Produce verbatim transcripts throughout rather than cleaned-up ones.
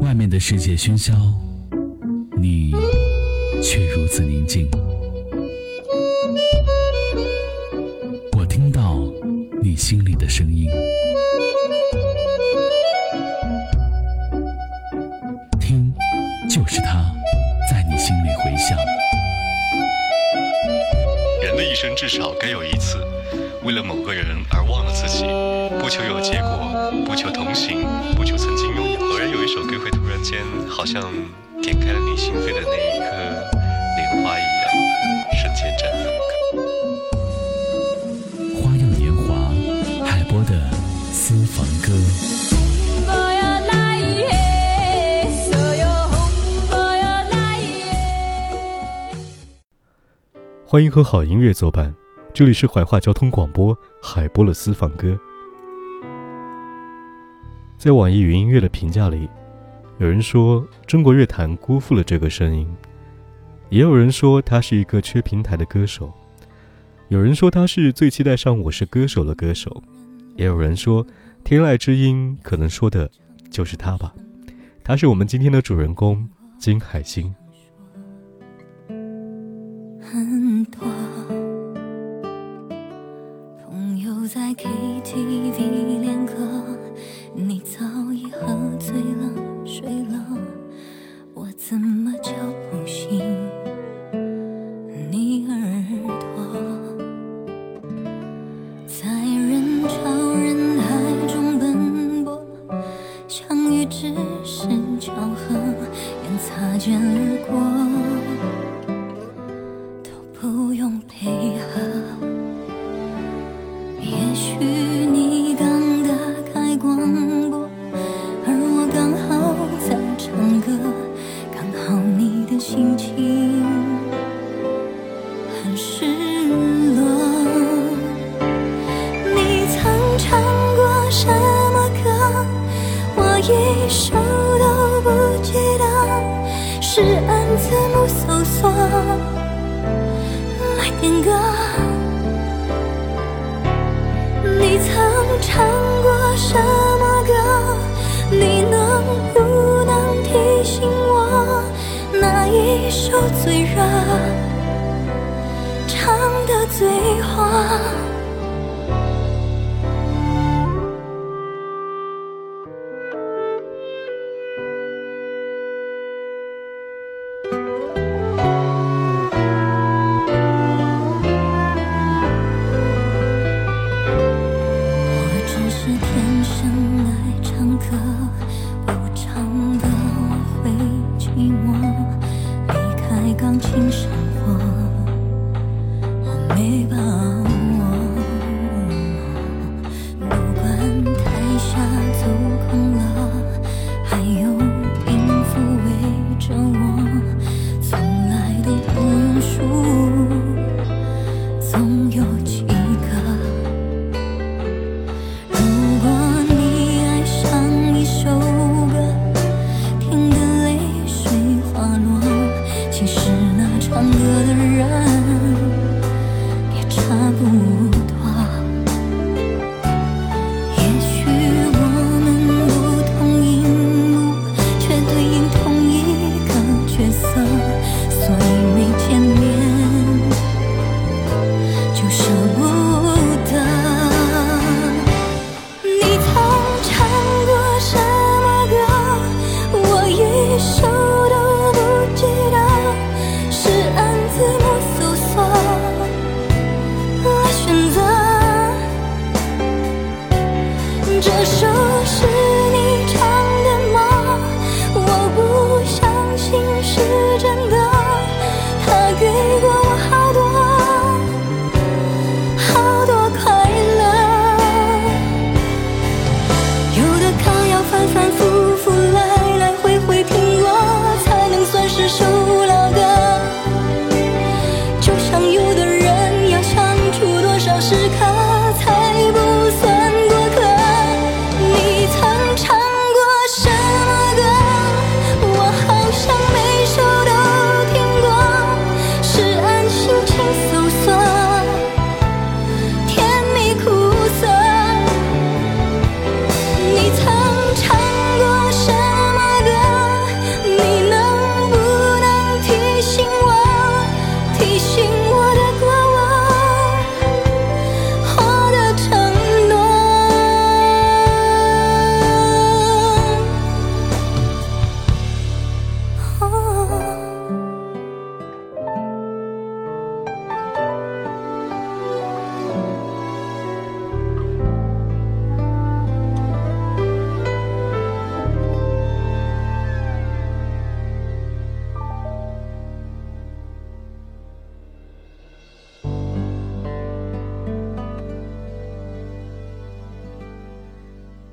外面的世界喧嚣，你却如此宁静。我听到你心里的声音，听，就是它在你心里回响。 人的一生至少该有一次，为了某个人而忘了自己，不求有结果，不求同行，不求曾经拥有。偶然有一首歌会突然间，好像点开了你心扉的那一颗莲花一样，瞬间绽放。花样年华，海波的私房歌。 欢迎和好音乐作伴，这里是怀化交通广播海波的私房歌。在网易云音乐的评价里，有人说中国乐坛辜负了这个声音，也有人说他是一个缺平台的歌手，有人说他是最期待上我是歌手的歌手，也有人说天籁之音可能说的就是他吧。他是我们今天的主人公金海心。 很多朋友在 K T V 练歌，你早已喝醉了睡了，我怎么叫不醒你耳朵？在人潮人海中奔波，相遇只是巧合，眼擦肩而过，不用配合。也许你刚打开广播，而我刚好在唱歌，刚好你的心情很失落。你曾唱过什么歌，我一首都不记得，是按字幕搜索来点歌。你曾唱过什么歌，你能不能提醒我，哪一首最热，唱得最花？钢琴生活我没把握，不管台下走空了，还有音符围着我，从来都不用数，总有几个。如果你爱上一首歌，听得泪水滑落，其实那场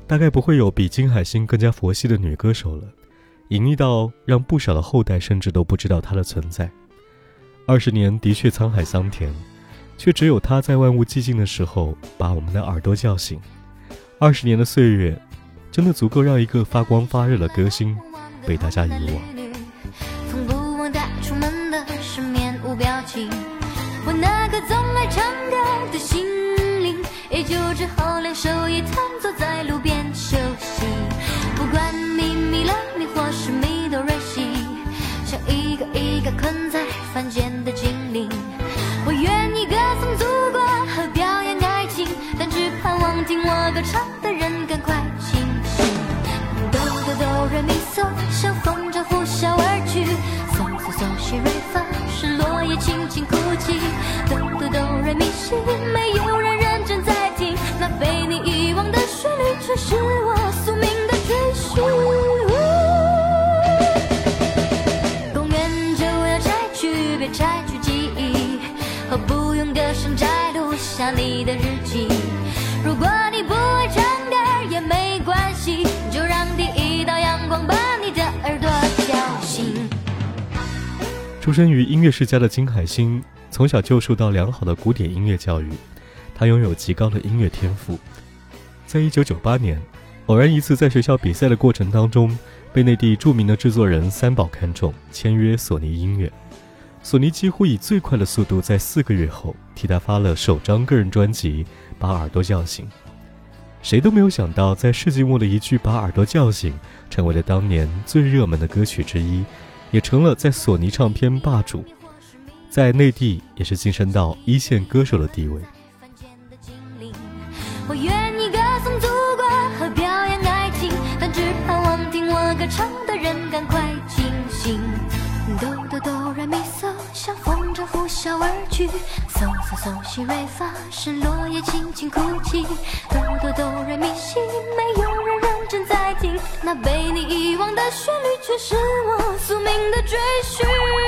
大概不会有比金海心更加佛系的女歌手了，隐匿到让不少的后代甚至都不知道她的存在。二十年的确沧海桑田，却只有她在万物寂静的时候把我们的耳朵叫醒。二十年的岁月，真的足够让一个发光发热的歌星被大家遗忘。 从不忘带出门的是面无表情，我那个总爱唱歌的心灵，也就只好两手一摊坐在路边休息。不管你迷了迷或是迷都瑞西，像一个一个困在凡间的精灵，我愿意歌颂祖国和表演爱情，但只盼望听我歌唱的人赶快清醒。哆哆哆来咪嗦，像风筝呼啸而去，嗦嗦嗦西瑞发，是落叶轻轻哭泣。哆哆哆来咪西，没有人认真在听，那被你遗忘的旋律，却是我宿命的追寻。公园就要拆去，别拆去记忆，何不用歌声摘录下你的日记。如果你不会唱歌也没关系，就让第一道阳光把你的耳朵叫醒。 出生于音乐世家的金海心，从小就受到良好的古典音乐教育，他拥有极高的音乐天赋。在一九九八年，偶然一次在学校比赛的过程当中，被内地著名的制作人三宝看中，签约索尼音乐。索尼几乎以最快的速度在四个月后替他发了首张个人专辑《把耳朵叫醒》。谁都没有想到，在世纪末的一句《把耳朵叫醒》成为了当年最热门的歌曲之一，也成了在索尼唱片霸主，在内地也是晋升到一线歌手的地位。 我愿意歌颂祖国和表演爱情，但只盼望听我歌唱的人赶快清醒。哆哆哆来咪嗦，像风筝呼啸而去，嗦嗦嗦西瑞发，是落叶轻轻哭泣。哆哆哆来咪西，没有人认真在听，那被你遗忘的旋律，却是我宿命的追寻。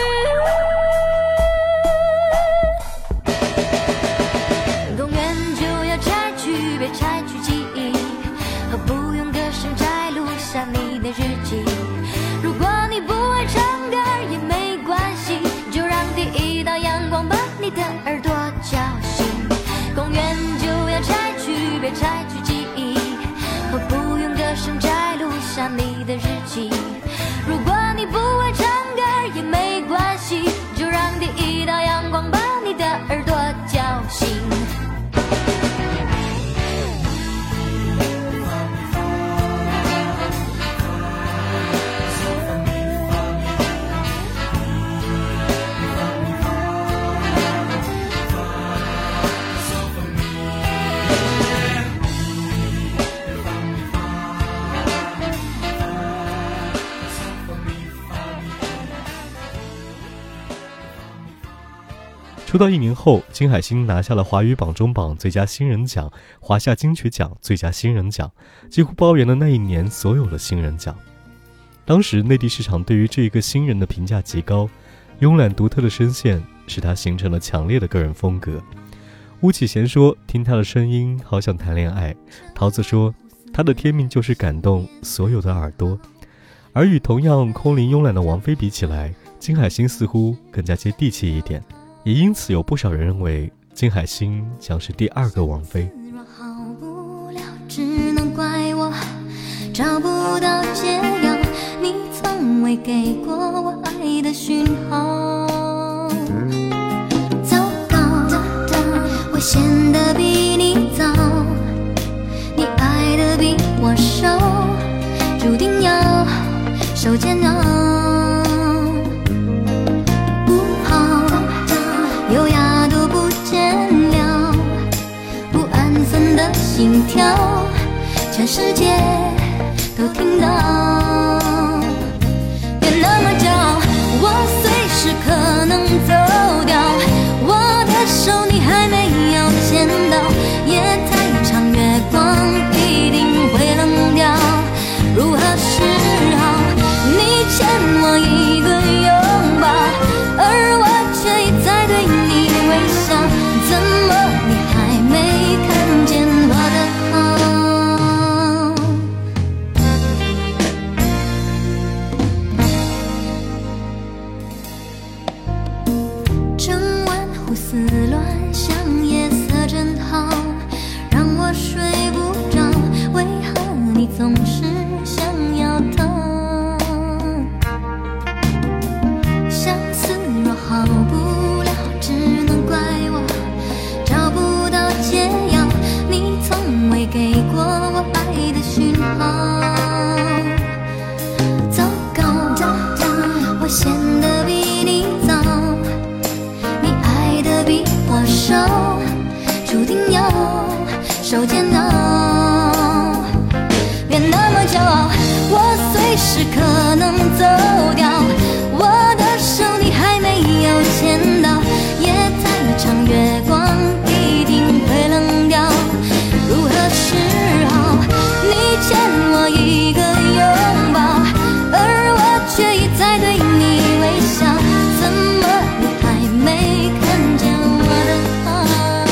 公园就要拆去，别拆去记忆，何不用歌声摘录下你的日记。如果你不会唱歌也没关系，就让第一道阳光把你的耳朵叫醒。公园就要拆去，别拆去记忆，何不用歌声摘录下你的日记。如果你不会唱歌也没关系，就让第一道阳光把你的耳朵叫醒。 出道一年后，金海心拿下了华语榜中榜最佳新人奖、华夏金曲奖最佳新人奖，几乎包圆了那一年所有的新人奖。当时内地市场对于这一个新人的评价极高，慵懒独特的声线使他形成了强烈的个人风格。巫启贤说，听他的声音好想谈恋爱。桃子说，他的天命就是感动所有的耳朵。而与同样空灵慵懒的王菲比起来，金海心似乎更加接地气一点，也因此有不少人认为金海心将是第二个王菲。 好无聊，只能怪我找不到解药，你从未给过我爱的讯号。糟糕，我显得比你早，你爱的比我少，注定要受煎熬。不好，优雅都不见了，不安分的心跳，全世界都听到。别那么骄傲，我随时可能走掉，我的手你还没有牵到，夜太长，月光一定会冷掉。如何是好？你欠我一个拥抱，而我却一再对你微笑，怎么你还没看见我的好？ 爱的讯号。糟糕，我显得比你早，你爱的比我少，注定要受煎熬。别那么骄傲，我随时可能走掉，我的手你还没有牵到，夜再长月光一定会冷掉。如何是好？你欠我一个拥抱，而我却一再对你微笑，怎么你还没看见我的好？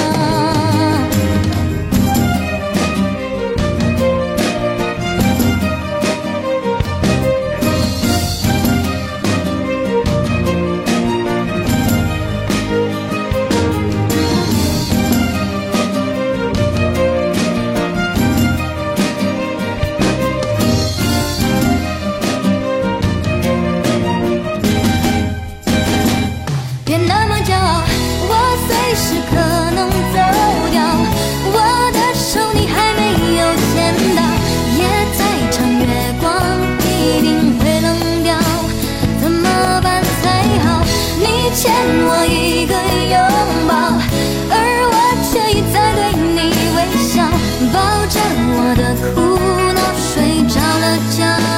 欠我一个拥抱，而我却一再对你微笑，抱着我的苦恼睡着了觉。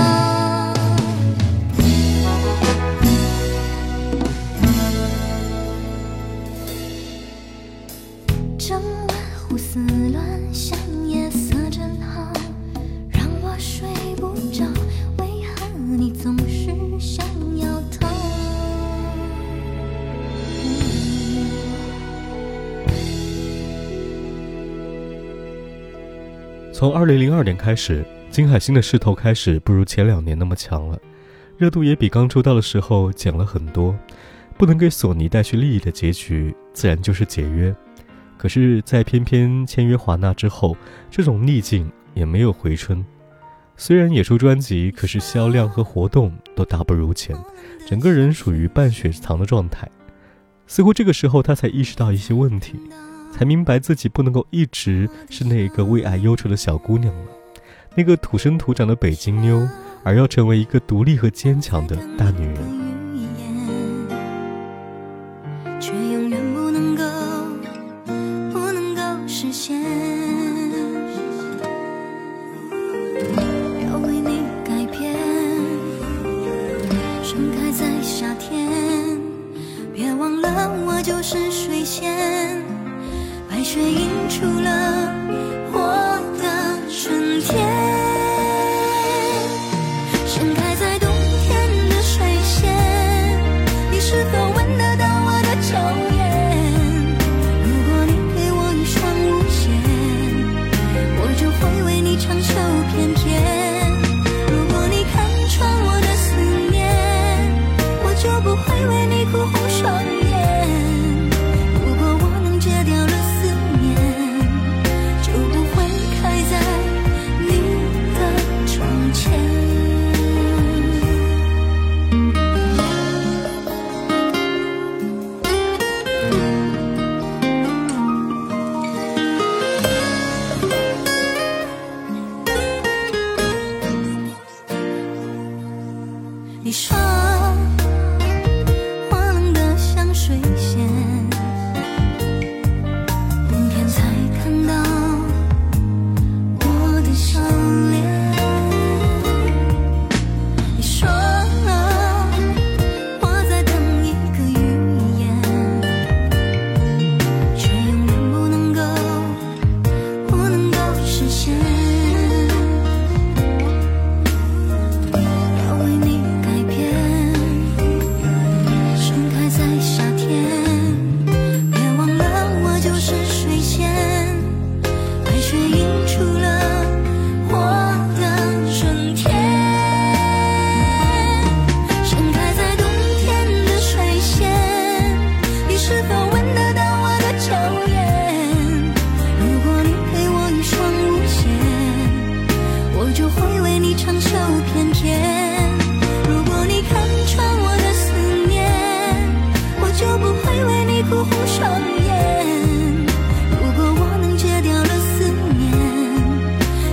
整晚胡思乱想，夜色真好，让我睡不着，为何你总是想要逃？ 从二零零二年开始，金海心的势头开始不如前两年那么强了，热度也比刚出道的时候减了很多。不能给索尼带去利益的结局，自然就是解约。可是，在偏偏签约华纳之后，这种逆境也没有回春。虽然也出专辑，可是销量和活动都大不如前，整个人属于半雪藏的状态。似乎这个时候，他才意识到一些问题。才明白自己不能够一直是那个为爱忧愁的小姑娘了，那个土生土长的北京妞，而要成为一个独立和坚强的大女人。 却永远不能够不能够实现，要为你改变，盛开在夏天，别忘了我就是水仙，白雪映出了我的春天，盛开在冬天的水仙，你是否闻得到我的娇艳？如果你给我一双无限，我就会为你长袖翩翩。如果你看穿我的思念，我就不会为你哭红双眼。你说花冷的像水仙，冬天才看到我的笑脸。你说我在等一个语言，却永远不能够不能够实现。要为你哭红双眼，如果我能戒掉了思念，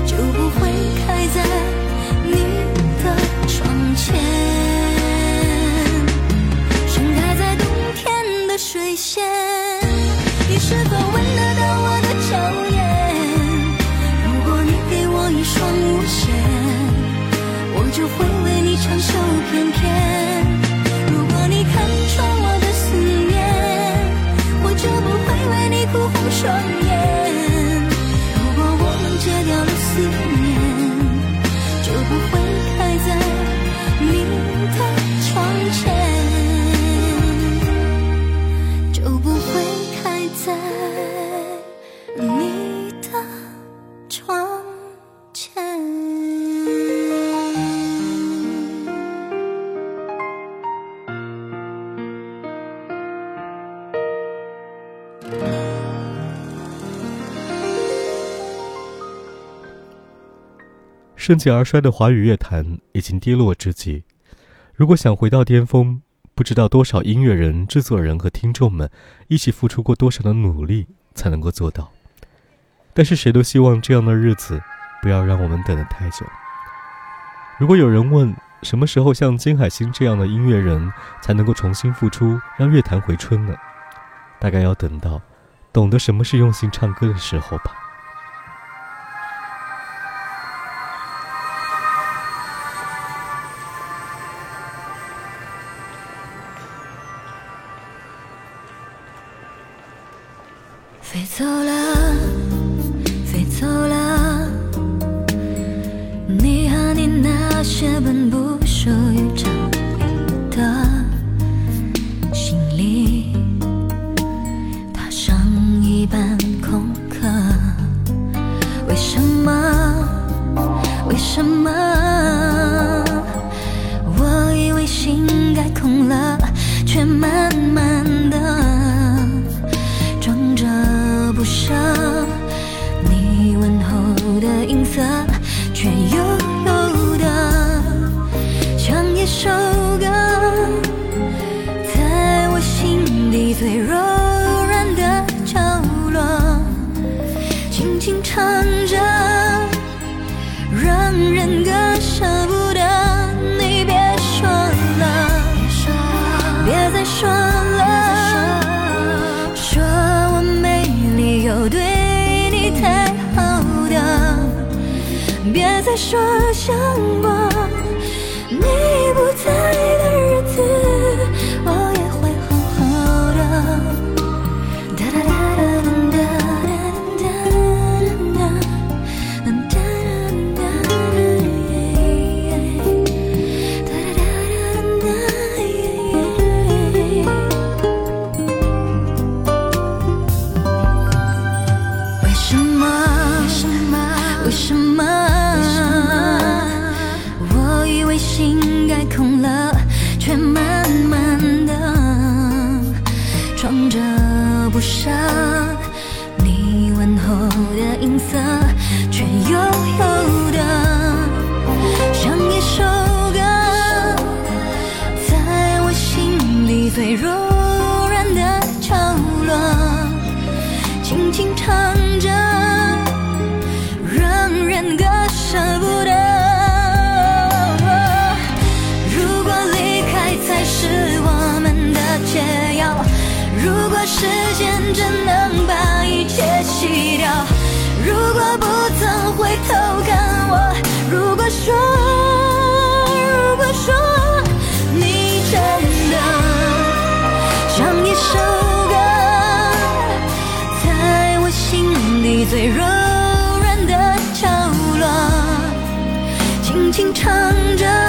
盛极而衰的华语乐坛已经跌落之际，如果想回到巅峰，不知道多少音乐人、制作人和听众们一起付出过多少的努力才能够做到。但是谁都希望这样的日子不要让我们等得太久。如果有人问什么时候像金海心这样的音乐人才能够重新复出，让乐坛回春呢？大概要等到懂得什么是用心唱歌的时候吧。 飞走了，飞走了，你和你那些本不属于这里的行李，踏上一班空客。为什么？为什么？我以为心该空了，却慢慢的装着不舍，你问候的音色，却悠悠的像一首歌，在我心底最柔软的角落，轻轻唱着，让人割舍不得。你别说了，别再说了，说我没理由对你太好的，别再说想过你不在的日子我也会好好的。哒哒哒哒哒哒哒哒哒为什么？为什么？我以为心该空了，却慢慢的装着不舍，你问候的音色，却悠悠的像一首歌，在我心里最柔软的角落，轻轻唱着，让人割舍不得。如果离开才是我们的解药，如果时间真能把一切洗掉，如果不曾回头看我，如果说，如果说你真的像一首歌，在我心里最柔软的角落，轻轻唱着。